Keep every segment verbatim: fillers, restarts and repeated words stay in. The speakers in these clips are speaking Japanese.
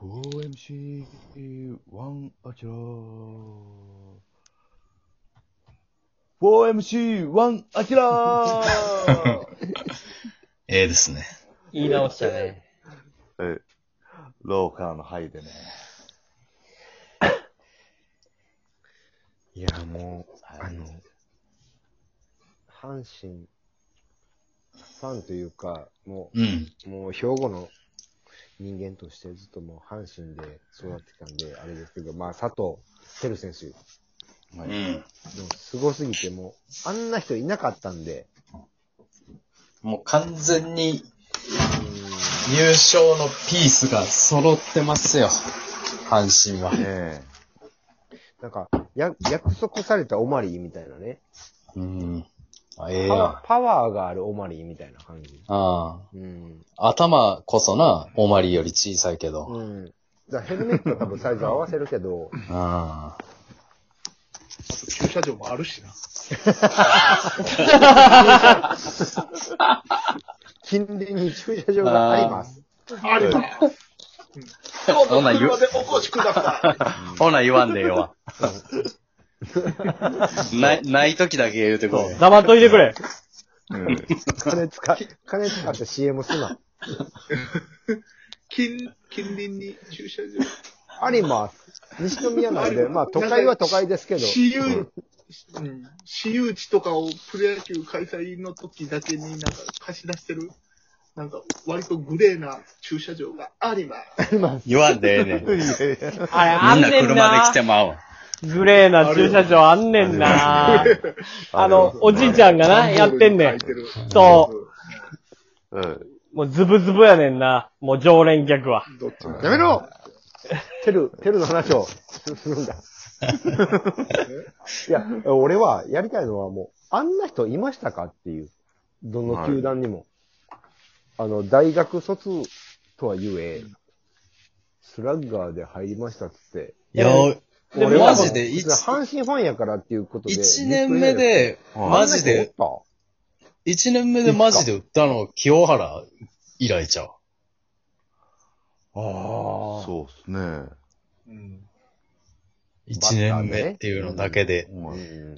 フォーエムシーワン アキラー。フォーエムシーワン アキラー。 ええですね。 言い直したね。 え、ローカーのハイでね。 いや、もう、 はいあの、阪神ファンというか、もうん。 う、もう兵庫の人間としてずっともう阪神で育ってきたんで、あれですけど、まあ、佐藤輝選手、 はい。 うん。 もうすごすぎて、もう、あんな人いなかったんで、 もう完全に優勝のピースが揃ってますよ。阪神は。 ねなんか、や、約束されたオマリーみたいなね、 うん。あ、ええパやん。 ワパワーがあるオマリーみたいな感じ。 あうん。 あ。頭こそな、オマリーより小さいけど。 うん。だからヘルメットは多分サイズ合わせるけど、 ああ。 駐車場もあるしな。 近隣に駐車場があります。 あります。どうぞ車でお越しください。 ほな言わんでええわ。ない、ない時だけ言うてこう。 黙っといてくれ。 うん金使っ、金使って シーエム すな。 近、近隣に駐車場。 あります。西宮なんで、まあ都会は都会ですけど。 私有、うん、私有地とかをプロ野球開催の時だけになんか貸し出してる、なんか割とグレーな駐車場があります。 言わんでええねん。 あれ、 みんなあんねん車でな来てまうわ。 グレーな駐車場あんねんなあの、おじいちゃんがな、やってんねん。そうん。 う。もうズブズブやねんな。もう常連客は。 どっちも。 やめろテル、テルの話をすするんだ。いや、俺はやりたいのはもう、あんな人いましたかっていう。どの球団にも。あの、大学卒とはゆえ、スラッガーで入りましたっつって。 いや、 で俺はマジで別に阪神ファンやからっていうことで。 一年目で、 はいマジで、 あんな人おっ一年目でマジで売ったの、清原以来ちゃう。 たああ。 そうっすね。 うん。 一年目っていうのだけで。 ううんん。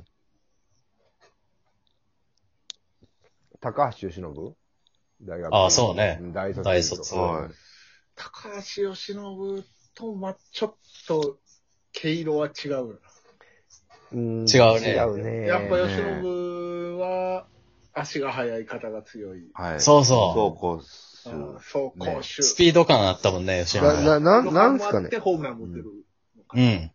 高橋由伸大学。 ああそうねん大卒。 大卒はい。 高橋由伸と、ま、ちょっと、毛色は違う。 うん違うね違うね。 やっぱ由伸は、足が速い方が強い。 はい。 そうそそうこうすうん走攻守。 う。スピード感あったもんね、吉野な、な、ななんすかねもあって。ホームランも打てる。 うん。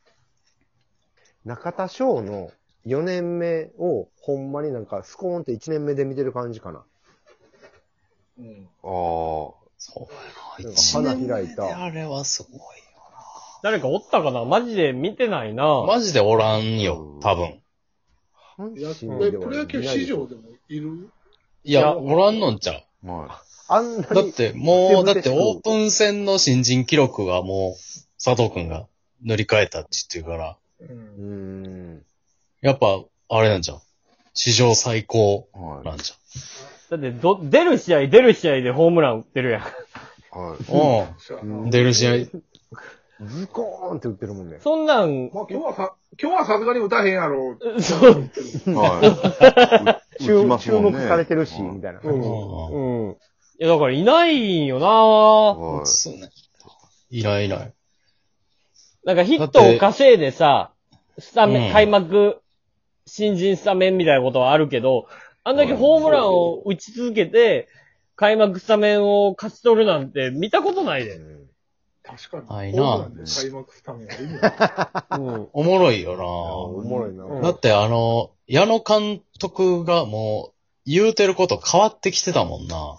中田翔のよねんめをほんまになんかスコーンっていちねんめで見てる感じかな。 うん。 ああ。 そうやな。 なんか一年目花開いたであれはすごいよ誰かおったかなマジで見てないなな。マジでおらんよ、多分。 阪いや、 神ではプロ野球市場でもいるいや、おらんのんちゃう。 はあんなに。 だって、もう、だってオーン。 プン戦の新人記録がもう、佐藤くんが塗り替えたって言ってるから、 う。 うんーん。 やっぱ、あれなんじゃん。史上最高い。はなんじだって、ど、出る試合、出る試合でホームラン打ってるやん。 い。はい。 ゃん。 そうやなうん。出る試合。 ズコーンって打ってるもんね。 そんなん、 まあ今日はさ、今日はさすがに打たへんやろ。 そう、 はい。 注打ちます注もんね目されてるし、 はいみたいな。 うん。 うんうん。いや、だからいないんよなはい。 そうね。いないいない。 なんかヒットを稼いでさ、スタメン、 うん開幕、新人スタメンみたいなことはあるけど、あんだけホームランを打ち続けて、開幕スタメンを勝ち取るなんて見たことないで。 うん確かに。 ないなホームランで開幕スタメンは意味ない。 うん。 おもろいよおもろいな。 うんな。だってあの、矢野監督がもう、言うてること変わってきてたもんな。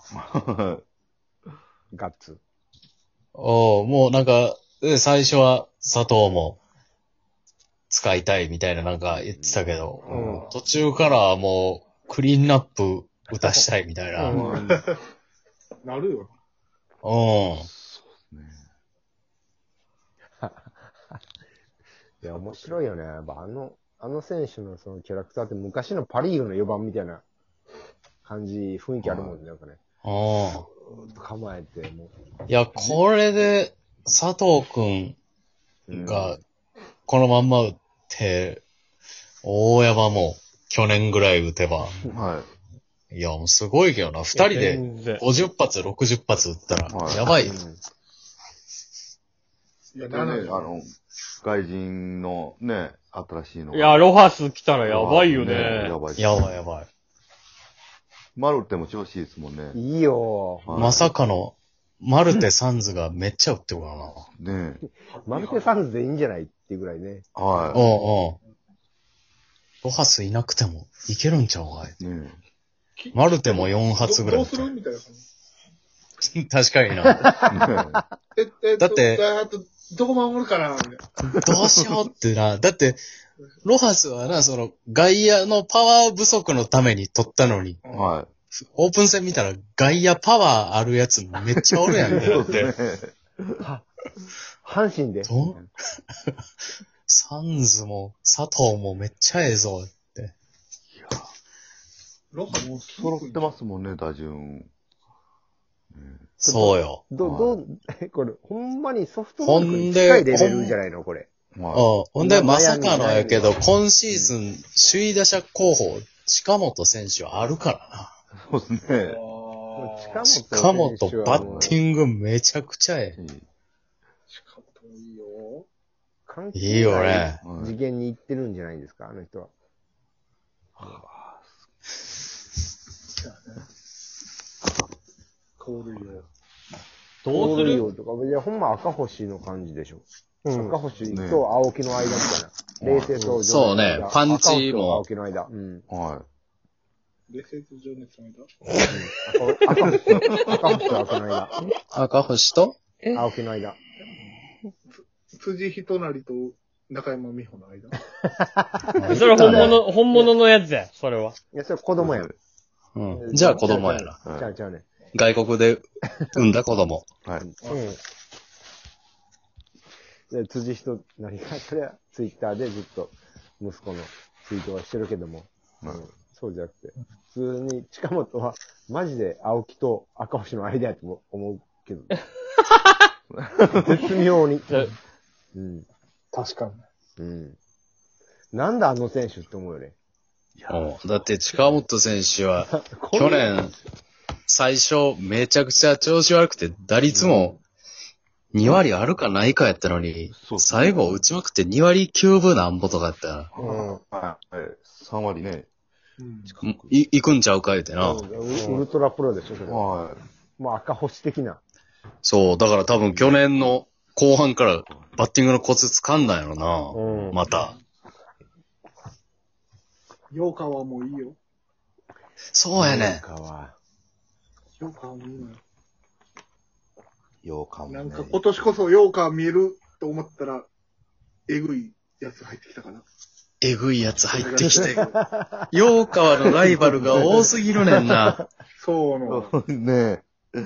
ガッツ。 おうもうなんか、え最初は佐藤も使いたいみたいななんか言ってたけど、 うん途中からはもうクリーンナップ打たしたいみたいな。うん。 うんなるよ。 いや、面白いよね。やっぱあの、あの選手のそのキャラクターって昔のパリーグのよばんみたいな感じ、雰囲気あるもんね。なんかね。 うん。 構えて、もう。 いや、これで佐藤くんが、このまんま打って、大山も去年ぐらい打てば。 はい。 いや、もうすごいけどな。二人でごじゅっ発、ろくじゅっ発打ったら、やばいよ。 いや、ね、あの、外人のね、新しいの。 いや、ロハス来たらやばいよね。 ねやばい。やばいやばい。 マルテも調子いいですもんね。 いいよ。 まさかの、マルテサンズがめっちゃ打ってるからな。 ねえ。 マルテサンズでいいんじゃないっていうぐらいね。 はい。うんうん。ロハスいなくてもいけるんちゃうかい。ねえ。マルテもよん発ぐらい。 どうするみたいな感じ。確かにな。 え、え、だって、どこ守るかなみたいな。 どうしようってな。だって、ロハスはな、その、外野のパワー不足のために取ったのに。はい。オープン戦見たら外野パワーあるやつめっちゃおるやんね。だって。 は、阪神で。 サンズも佐藤もめっちゃええぞって。いや。 ロハも揃ってますもんね、打順。 そうよ。 ど、どう、え、これ、ほんまにソフトバンクに近いレベルじゃないのこれ。 うん。ほんで、まさかのやけど、今シーズン、首位打者候補、近本選手はあるからな。 そうですね。 近本、バッティングめちゃくちゃええ。 近本いいよ。 いいよね。 次元に行ってるんじゃないですか、あの人は。 盗塁を。 どうするよとか、いや、ほんま赤星の感じでしょ。うん、赤星と青木の間みたいな。冷静とそうね、パンチも。 青木の間。うん。 はい。 冷静と情熱の間赤星と青木の間。 赤星と青木の間。 辻人成と中山美穂の間。 それ本物、本物のやつや、それは。 いや、それ子供やん。 うん。じゃあ子供やな。 ちゃうちゃうね。 外国で産んだ子供。 はい。 うん。で、辻人成が、それはツイッターでずっと息子のツイートはしてるけども、うん、そうじゃなくて、普通に近本はマジで青木と赤星の間やと思うけど。絶妙に。うん。 確かに。 うん。なんだあの選手って思うよね。 いやだって近本選手は、去年、最初めちゃくちゃ調子悪くて、打率もに割あるかないかやったのに、うん、最後打ちまくってに割きゅうぶなんぼとかやったら。 うん。はい。さん割ね。 うん、い、行くんちゃうか言うてな。 うん、ウルトラプロでしょ、それは。はい。もう赤星的な。 そう、だから多分去年の後半からバッティングのコツ掴んだんやろな。うん、また。 ヨーカーはもういいよ。 そうやね。 ヨーカーは。 ヨーカーはもういいのよ。 ヨーカーも、ね。 なんか今年こそヨーカー見えると思ったら、えぐいやつ入ってきたかな。 えぐいやつ入ってきて。ヨーカーのライバルが多すぎるねんな。 そうの。 ねえ。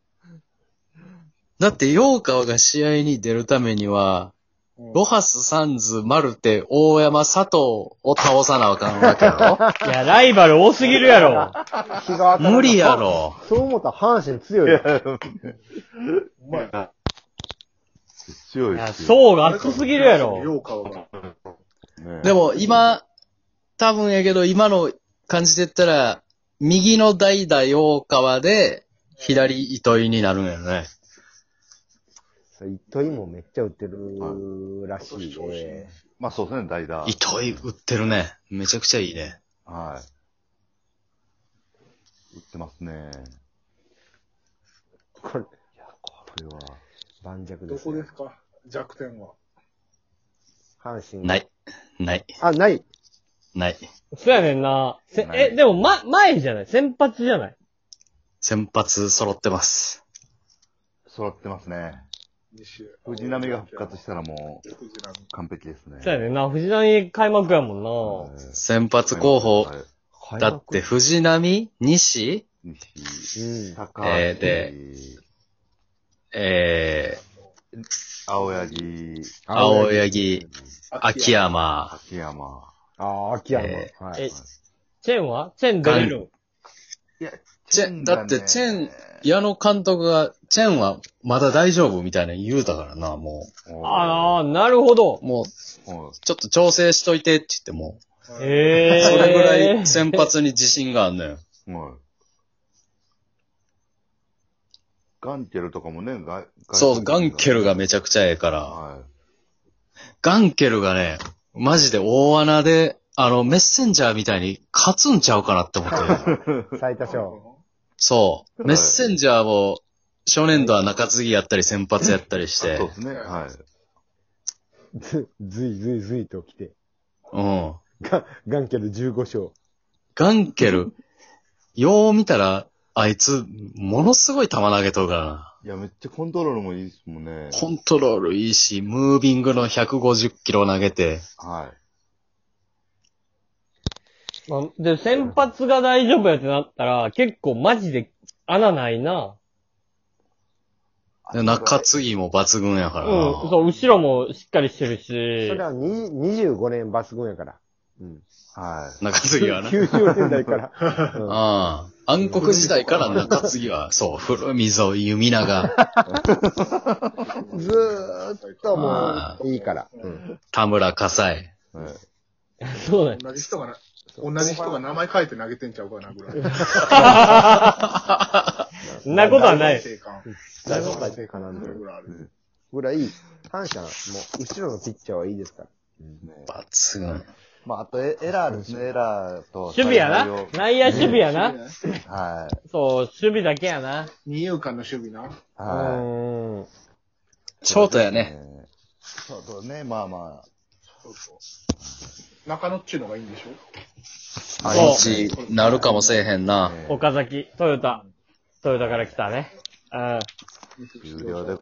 だってヨーカーが試合に出るためには、ロハス、サンズ、マルテ、大山、佐藤を倒さなあかんわけやろ。 いや、ライバル多すぎるやろ。 無理やろ。 そう思ったら阪神強いよ。 お前。 強い。いや、層が厚すぎるやろ。 ヨーカーが。 でも今、多分やけど今の感じで言ったら、右の代打ヨーカーで、左糸井になるんやね。 糸井もめっちゃ売ってるらしい、 ね。まあそうですね、代打。 糸井売ってるね。めちゃくちゃいいね。 はい。売ってますね。 これ、いや、これは、盤石です、ね。 どこですか弱点は。 阪神。 ない。ない。 あ、ない。 ない。 そうやねんな。せえ、でも、ま、前じゃない先発じゃない先発揃ってます。 揃ってますね。藤波が復活したらもう、完璧ですね。 そうやねんな。藤波開幕やもんな。 先発候補。だって、藤波西西。高橋。えー、で、えー、青柳。 青柳。秋山。 秋山。 ああ、秋山。 え、はい、チェンはチェン出れるいや、 チェン、だってチェン、矢野監督が、チェンはまだ大丈夫みたいな言うたからな、もう。ああ、なるほど。 もう、ちょっと調整しといてって言っても。 へえー。 それぐらい先発に自信があんのよ。 はい。ガンケルとかもね、 がそう、ガンケルがめちゃくちゃええから。はい。ガンケルがね、マジで大穴で、あの、メッセンジャーみたいに勝つんちゃうかなって思ってる。 最多勝。 そう。メッセンジャーも、初年度は中継ぎやったり先発やったりして。 そうですね、はい。 ず、ずいずいずいと来て。 うん。 ガ、ガンケルじゅうご勝。 ガンケル、よう見たら、あいつ、ものすごい球投げとるからな。 いや、めっちゃコントロールもいいですもんね。 コントロールいいし、ムービングのひゃくごじゅっキロ投げて。 はい。 で、先発が大丈夫やってなったら、結構マジで穴ないな。 中継ぎも抜群やからな。 うん、そう、後ろもしっかりしてるし。それはににじゅうごねん抜群やから。うん。 はい。 中継ぎはな。 きゅうじゅうねんだいから。 うん、ああ。暗黒時代から中継ぎは、そう、古溝、弓長。 ずーっともう、いいから。 うん、田村笠井。 はい、そうだね。 同じ人が、同じ人が名前書いて投げてんちゃうかな、ぐらい。 そんなことはない。 大丈夫か正解なんだよ。ぐらい、反射、もう、後ろのピッチャーはいいですから。 抜群。 まあ、あとエ、エラーですね、エラーと。 守備やな。内野守備やな。 はい。 そう、守備だけやな。 二遊間の守備な。 はい。 ショートやね。 そうそうね、まあまあ。そうそう。中野っちゅうのがいいんでしょ？ あいち、なるかもせえへんな。 岡崎、トヨタ。トヨタから来たね。うん。 終了で